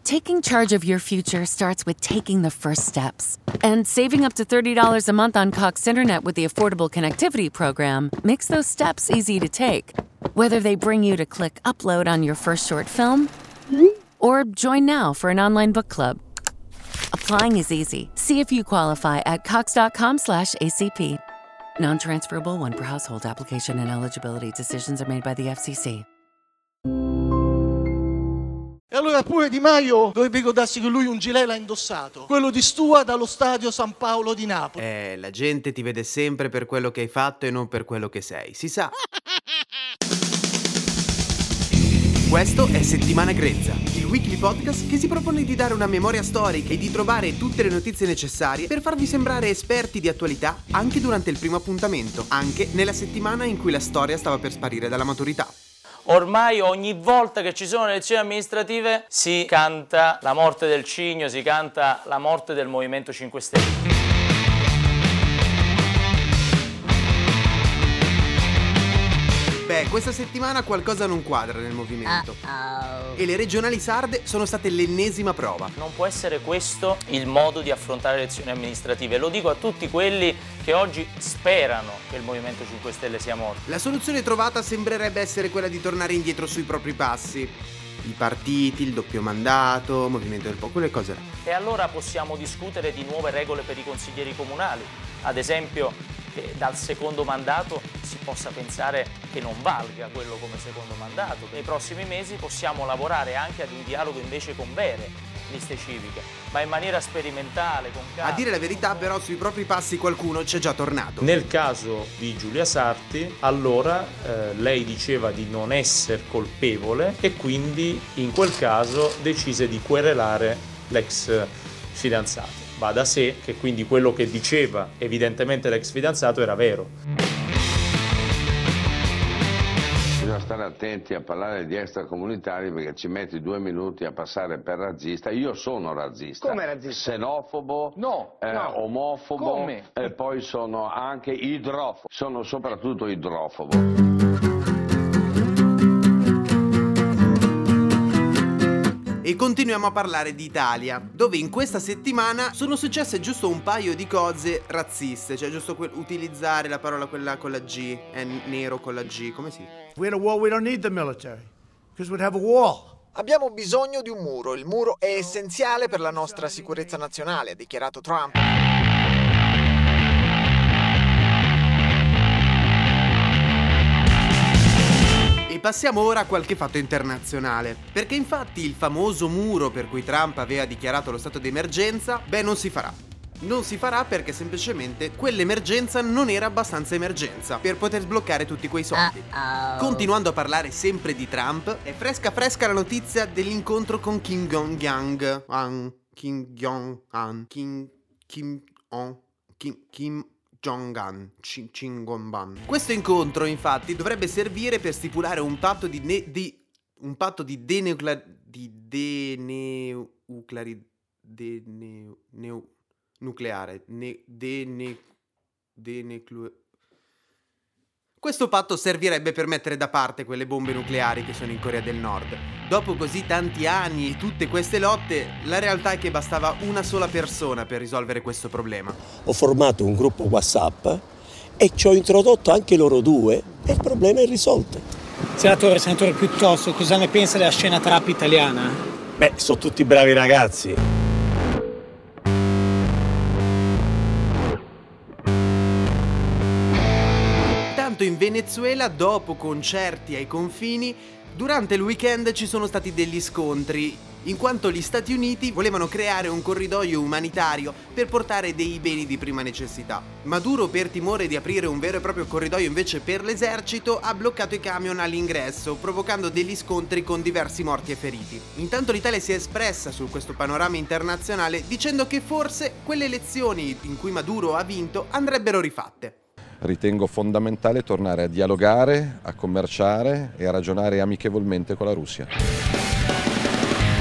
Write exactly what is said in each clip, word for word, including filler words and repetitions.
Taking charge of your future starts with taking the first steps. And saving up to thirty dollars a month on Cox Internet with the Affordable Connectivity Program makes those steps easy to take. Whether they bring you to click upload on your first short film or join now for an online book club. Applying is easy. See if you qualify at cox.com slash ACP. Non-transferable one per household. Application and eligibility decisions are made by the F C C. E allora pure Di Maio dovrebbe ricordarsi che lui un gilet l'ha indossato, quello di Stua dallo stadio San Paolo di Napoli. Eh, la gente ti vede sempre per quello che hai fatto e non per quello che sei, si sa. Questo è Settimana Grezza, il weekly podcast che si propone di dare una memoria storica e di trovare tutte le notizie necessarie per farvi sembrare esperti di attualità anche durante il primo appuntamento, anche nella settimana in cui la storia stava per sparire dalla maturità. Ormai ogni volta che ci sono le elezioni amministrative si canta la morte del cigno, si canta la morte del Movimento cinque Stelle. Beh, questa settimana qualcosa non quadra nel movimento. Uh-oh. E le regionali sarde sono state l'ennesima prova. Non può essere questo il modo di affrontare le elezioni amministrative. Lo dico a tutti quelli che oggi sperano che il Movimento cinque Stelle sia morto. La soluzione trovata sembrerebbe essere quella di tornare indietro sui propri passi. I partiti, il doppio mandato, movimento del popolo, quelle cose là. E allora possiamo discutere di nuove regole per i consiglieri comunali. Ad esempio, che dal secondo mandato si possa pensare che non valga quello come secondo mandato. Nei prossimi mesi possiamo lavorare anche ad un dialogo invece con vere liste civiche, ma in maniera sperimentale, con calma. A dire la verità, però, sui propri passi qualcuno c'è già tornato. Nel caso di Giulia Sarti, allora eh, lei diceva di non essere colpevole e quindi in quel caso decise di querelare l'ex fidanzato. Va da sé che quindi quello che diceva evidentemente l'ex fidanzato era vero. Bisogna stare attenti a parlare di extracomunitari perché ci metti due minuti a passare per razzista. Io sono razzista. Come razzista? Xenofobo, No, eh, no. omofobo Come? e poi sono anche idrofobo. Sono soprattutto idrofobo. E continuiamo a parlare di Italia, dove in questa settimana sono successe giusto un paio di cose razziste, cioè giusto que- utilizzare la parola quella con la G, è nero con la G, come si? If we had a wall, we don't need the military, because we'd have a wall. Abbiamo bisogno di un muro. Il muro è essenziale per la nostra sicurezza nazionale, ha dichiarato Trump. E passiamo ora a qualche fatto internazionale, perché infatti il famoso muro per cui Trump aveva dichiarato lo stato di emergenza, beh, non si farà. Non si farà perché semplicemente quell'emergenza non era abbastanza emergenza per poter sbloccare tutti quei soldi. Uh-oh. Continuando a parlare sempre di Trump, è fresca fresca la notizia dell'incontro con Kim Jong-un. Un, Kim Jong-un. Kim Kim On. Kim Kim Jong-un. Chingonban. Questo incontro, infatti, dovrebbe servire per stipulare un patto di ne- di un patto di denuclear di deneuclari deneu neu nucleare, ne, dene, deneclu... Questo patto servirebbe per mettere da parte quelle bombe nucleari che sono in Corea del Nord. Dopo così tanti anni e tutte queste lotte, la realtà è che bastava una sola persona per risolvere questo problema. Ho formato un gruppo WhatsApp e ci ho introdotto anche loro due e il problema è risolto. Senatore, senatore, piuttosto, cosa ne pensa della scena trap italiana? Beh, sono tutti bravi ragazzi. In Venezuela, dopo concerti ai confini, durante il weekend ci sono stati degli scontri, in quanto gli Stati Uniti volevano creare un corridoio umanitario per portare dei beni di prima necessità. Maduro, per timore di aprire un vero e proprio corridoio invece per l'esercito, ha bloccato i camion all'ingresso, provocando degli scontri con diversi morti e feriti. Intanto l'Italia si è espressa su questo panorama internazionale dicendo che forse quelle elezioni in cui Maduro ha vinto andrebbero rifatte. Ritengo fondamentale tornare a dialogare, a commerciare e a ragionare amichevolmente con la Russia.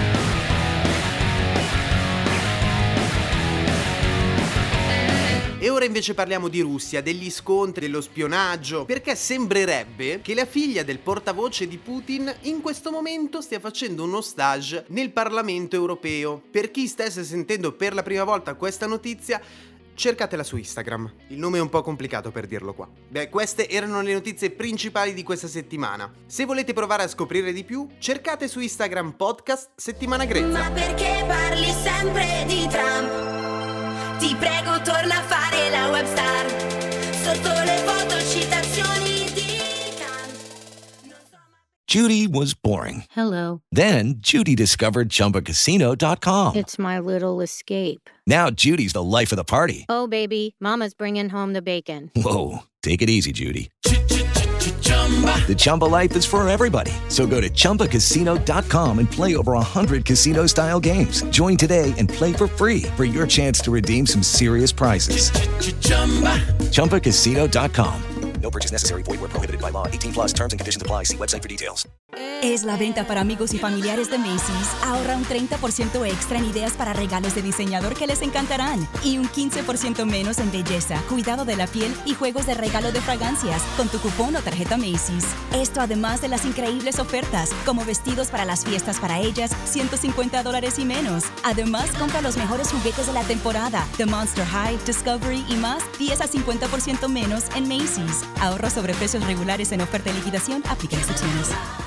E ora invece parliamo di Russia, degli scontri, dello spionaggio, perché sembrerebbe che la figlia del portavoce di Putin in questo momento stia facendo uno stage nel Parlamento europeo. Per chi stesse sentendo per la prima volta questa notizia, cercatela su Instagram. Il nome è un po' complicato per dirlo qua. Beh, queste erano le notizie principali di questa settimana. Se volete provare a scoprire di più, cercate su Instagram podcast Settimana Grezza. Ma perché parli sempre di Trump? Ti prego, torna a fare la webstar. Sotto le foto citazioni di Trump. Judy was boring. Hello. Then Judy discovered Chumba Casino dot com. It's my little escape. Now Judy's the life of the party. Oh, baby, mama's bringing home the bacon. Whoa, take it easy, Judy. The Chumba life is for everybody. So go to Chumba Casino dot com and play over one hundred casino-style games. Join today and play for free for your chance to redeem some serious prizes. Chumba Casino dot com. No purchase necessary. Void where prohibited by law. eighteen plus terms and conditions apply. See website for details. Es la venta para amigos y familiares de Macy's. Ahorra un treinta por ciento extra en ideas para regalos de diseñador que les encantarán. Y un quince por ciento menos en belleza, cuidado de la piel y juegos de regalo de fragancias con tu cupón o tarjeta Macy's. Esto además de las increíbles ofertas, como vestidos para las fiestas para ellas, ciento cincuenta dólares y menos. Además, compra los mejores juguetes de la temporada, The Monster High, Discovery y más, diez a cincuenta por ciento menos en Macy's. Ahorro sobre precios regulares en oferta y liquidación, aplica restricciones.